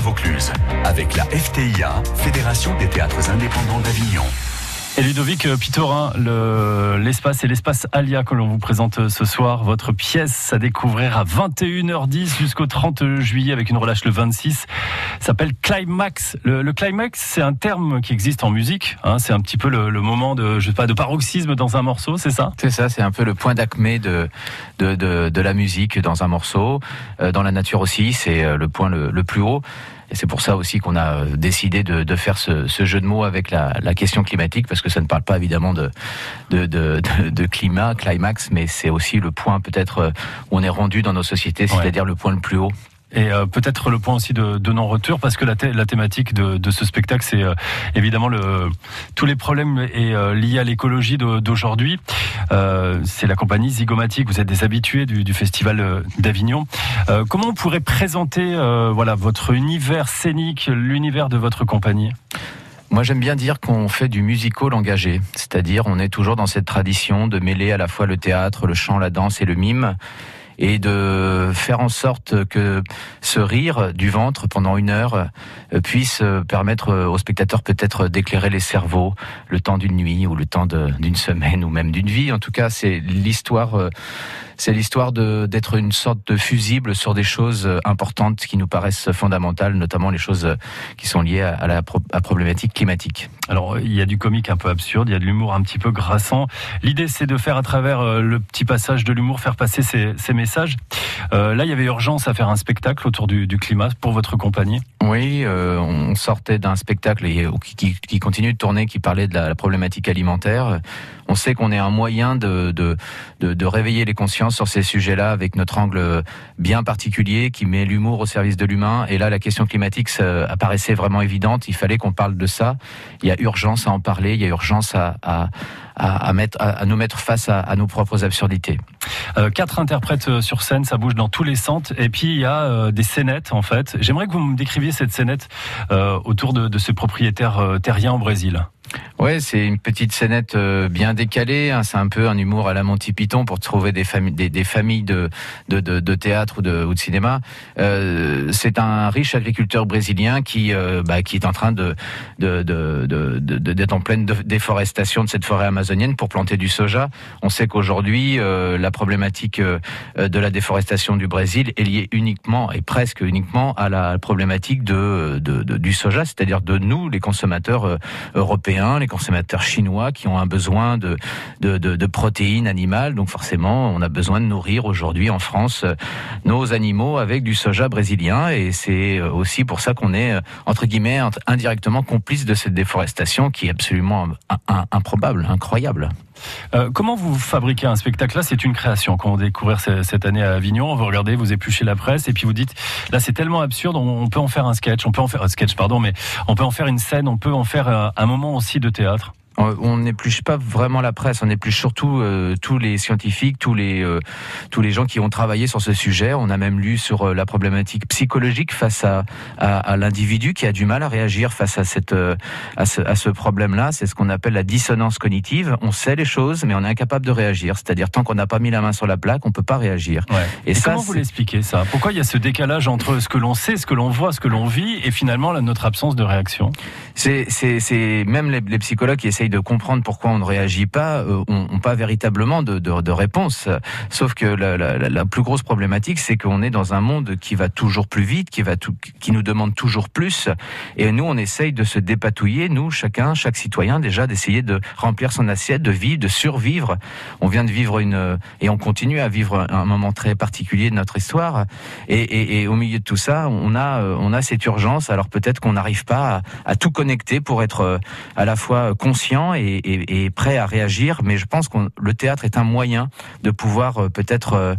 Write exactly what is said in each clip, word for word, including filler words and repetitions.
Vaucluse, avec la F T I A, Fédération des théâtres indépendants d'Avignon. Et Ludovic Pitorin, le, l'espace et l'espace Alia que l'on vous présente ce soir, votre pièce à découvrir à vingt et une heures dix jusqu'au trente juillet avec une relâche le vingt-six, s'appelle Climax. Le, le climax, c'est un terme qui existe en musique, hein, c'est un petit peu le, le moment de, je sais pas, de paroxysme dans un morceau, c'est ça ? C'est ça, c'est un peu le point d'acmé de, de, de, de la musique dans un morceau. Euh, dans la nature aussi, c'est le point le, le plus haut. Et c'est pour ça aussi qu'on a décidé de, de faire ce, ce jeu de mots avec la, la question climatique, parce que ça ne parle pas évidemment de, de, de, de, de climat, climax, mais c'est aussi le point peut-être où on est rendu dans nos sociétés, c'est-à-dire ouais. le point le plus haut. Et euh, peut-être le point aussi de, de non-retour, parce que la, thé- la thématique de, de ce spectacle, c'est euh, évidemment le, tous les problèmes et, euh, liés à l'écologie de, d'aujourd'hui. Euh, c'est la compagnie Zygomatic, vous êtes des habitués du, du festival d'Avignon. Euh, comment on pourrait présenter euh, voilà, votre univers scénique, l'univers de votre compagnie ? Moi, j'aime bien dire qu'on fait du musical engagé, c'est-à-dire on est toujours dans cette tradition de mêler à la fois le théâtre, le chant, la danse et le mime, et de faire en sorte que ce rire du ventre pendant une heure puisse permettre aux spectateurs peut-être d'éclairer les cerveaux le temps d'une nuit ou le temps de, d'une semaine ou même d'une vie. En tout cas, c'est l'histoire... C'est l'histoire de, d'être une sorte de fusible sur des choses importantes qui nous paraissent fondamentales, notamment les choses qui sont liées à la pro- à problématique climatique. Alors, il y a du comique un peu absurde, il y a de l'humour un petit peu grassant. L'idée, c'est de faire à travers le petit passage de l'humour, faire passer ces, ces messages. Euh, là, il y avait urgence à faire un spectacle autour du, du climat pour votre compagnie. Oui, euh, on sortait d'un spectacle qui, qui, qui continue de tourner, qui parlait de la, la problématique alimentaire. On sait qu'on est un moyen de, de, de, de réveiller les consciences sur ces sujets-là avec notre angle bien particulier qui met l'humour au service de l'humain. Et là, la question climatique ça apparaissait vraiment évidente. Il fallait qu'on parle de ça. Il y a urgence à en parler. Il y a urgence à, à, à, à, mettre, à, à nous mettre face à, à nos propres absurdités. Euh, quatre interprètes sur scène, ça bouge dans tous les sens. Et puis, il y a euh, des scénettes, en fait. J'aimerais que vous me décriviez cette scénette euh, autour de, de ce propriétaire euh, terrien au Brésil. Ouais, c'est une petite scénette euh, bien décalée. Hein, c'est un peu un humour à la Monty Python pour trouver des familles, des, des familles de, de, de, de théâtre ou de, ou de cinéma. Euh, c'est un riche agriculteur brésilien qui, euh, bah, qui est en train de, de, de, de, de, d'être en pleine déforestation de cette forêt amazonienne pour planter du soja. On sait qu'aujourd'hui, euh, la problématique euh, de la déforestation du Brésil est liée uniquement et presque uniquement à la problématique de, de, de du soja, c'est-à-dire de nous, les consommateurs euh, européens, les consommateurs chinois qui ont un besoin de, de, de, de protéines animales. Donc forcément, on a besoin de nourrir aujourd'hui en France nos animaux avec du soja brésilien. Et c'est aussi pour ça qu'on est, entre guillemets, indirectement complice de cette déforestation qui est absolument improbable, incroyable. Euh, comment vous fabriquez un spectacle ? Là, c'est une création qu'on va découvrir cette année à Avignon. Vous regardez, vous épluchez la presse et puis vous dites, là, c'est tellement absurde, on peut en faire un sketch, on peut en faire un sketch, pardon, mais on peut en faire une scène, on peut en faire un moment aussi de théâtre. On n'épluche pas vraiment la presse, on épluche surtout euh, tous les scientifiques, tous les euh, tous les gens qui ont travaillé sur ce sujet. On a même lu sur euh, la problématique psychologique face à, à à l'individu qui a du mal à réagir face à cette euh, à ce à ce problème-là. C'est ce qu'on appelle la dissonance cognitive. On sait les choses, mais on est incapable de réagir. C'est-à-dire tant qu'on n'a pas mis la main sur la plaque, on peut pas réagir. Ouais. Et, et ça, comment c'est... vous l'expliquez ça ? Pourquoi il y a ce décalage entre ce que l'on sait, ce que l'on voit, ce que l'on vit, et finalement là, notre absence de réaction ? C'est c'est c'est même les, les psychologues qui essayent de comprendre pourquoi on ne réagit pas, euh, ont, ont pas véritablement de, de, de réponse. Sauf que la, la, la plus grosse problématique, c'est qu'on est dans un monde qui va toujours plus vite, qui va tout, qui nous demande toujours plus. Et nous, on essaye de se dépatouiller, nous, chacun, chaque citoyen, déjà, d'essayer de remplir son assiette, de vivre, de survivre. On vient de vivre une, et on continue à vivre un moment très particulier de notre histoire. Et, et, et au milieu de tout ça, on a, on a cette urgence. Alors peut-être qu'on n'arrive pas à, à tout connecter pour être à la fois conscient et Et, et prêt à réagir, mais je pense que le théâtre est un moyen de pouvoir euh, peut-être euh,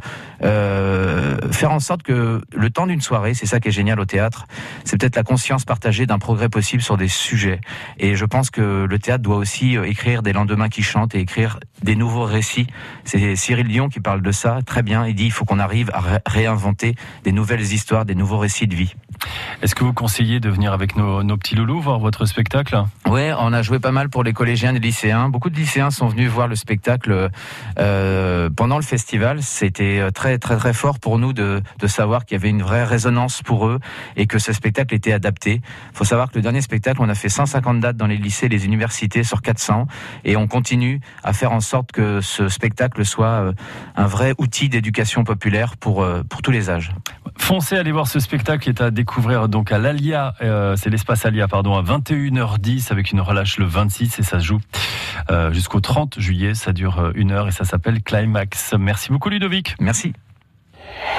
euh, faire en sorte que le temps d'une soirée, c'est ça qui est génial au théâtre, c'est peut-être la conscience partagée d'un progrès possible sur des sujets. Et je pense que le théâtre doit aussi écrire des lendemains qui chantent et écrire des nouveaux récits. C'est Cyril Dion qui parle de ça très bien. Il dit il faut qu'on arrive à ré- réinventer des nouvelles histoires, des nouveaux récits de vie. Est-ce que vous conseillez de venir avec nos, nos petits loulous voir votre spectacle ? Ouais, on a joué pas mal pour les collègues collégiens, des lycéens. Beaucoup de lycéens sont venus voir le spectacle euh, pendant le festival. C'était très très très fort pour nous de, de savoir qu'il y avait une vraie résonance pour eux et que ce spectacle était adapté. Il faut savoir que le dernier spectacle, on a fait cent cinquante dates dans les lycées et les universités sur quatre cents et on continue à faire en sorte que ce spectacle soit un vrai outil d'éducation populaire pour, pour tous les âges. Foncez, allez voir ce spectacle qui est à découvrir donc à l'Alia, euh, c'est l'espace Alia, pardon, à vingt et une heures dix avec une relâche le vingt-six et ça se joue euh, jusqu'au trente juillet, ça dure une heure et ça s'appelle Climax. Merci beaucoup Ludovic. Merci.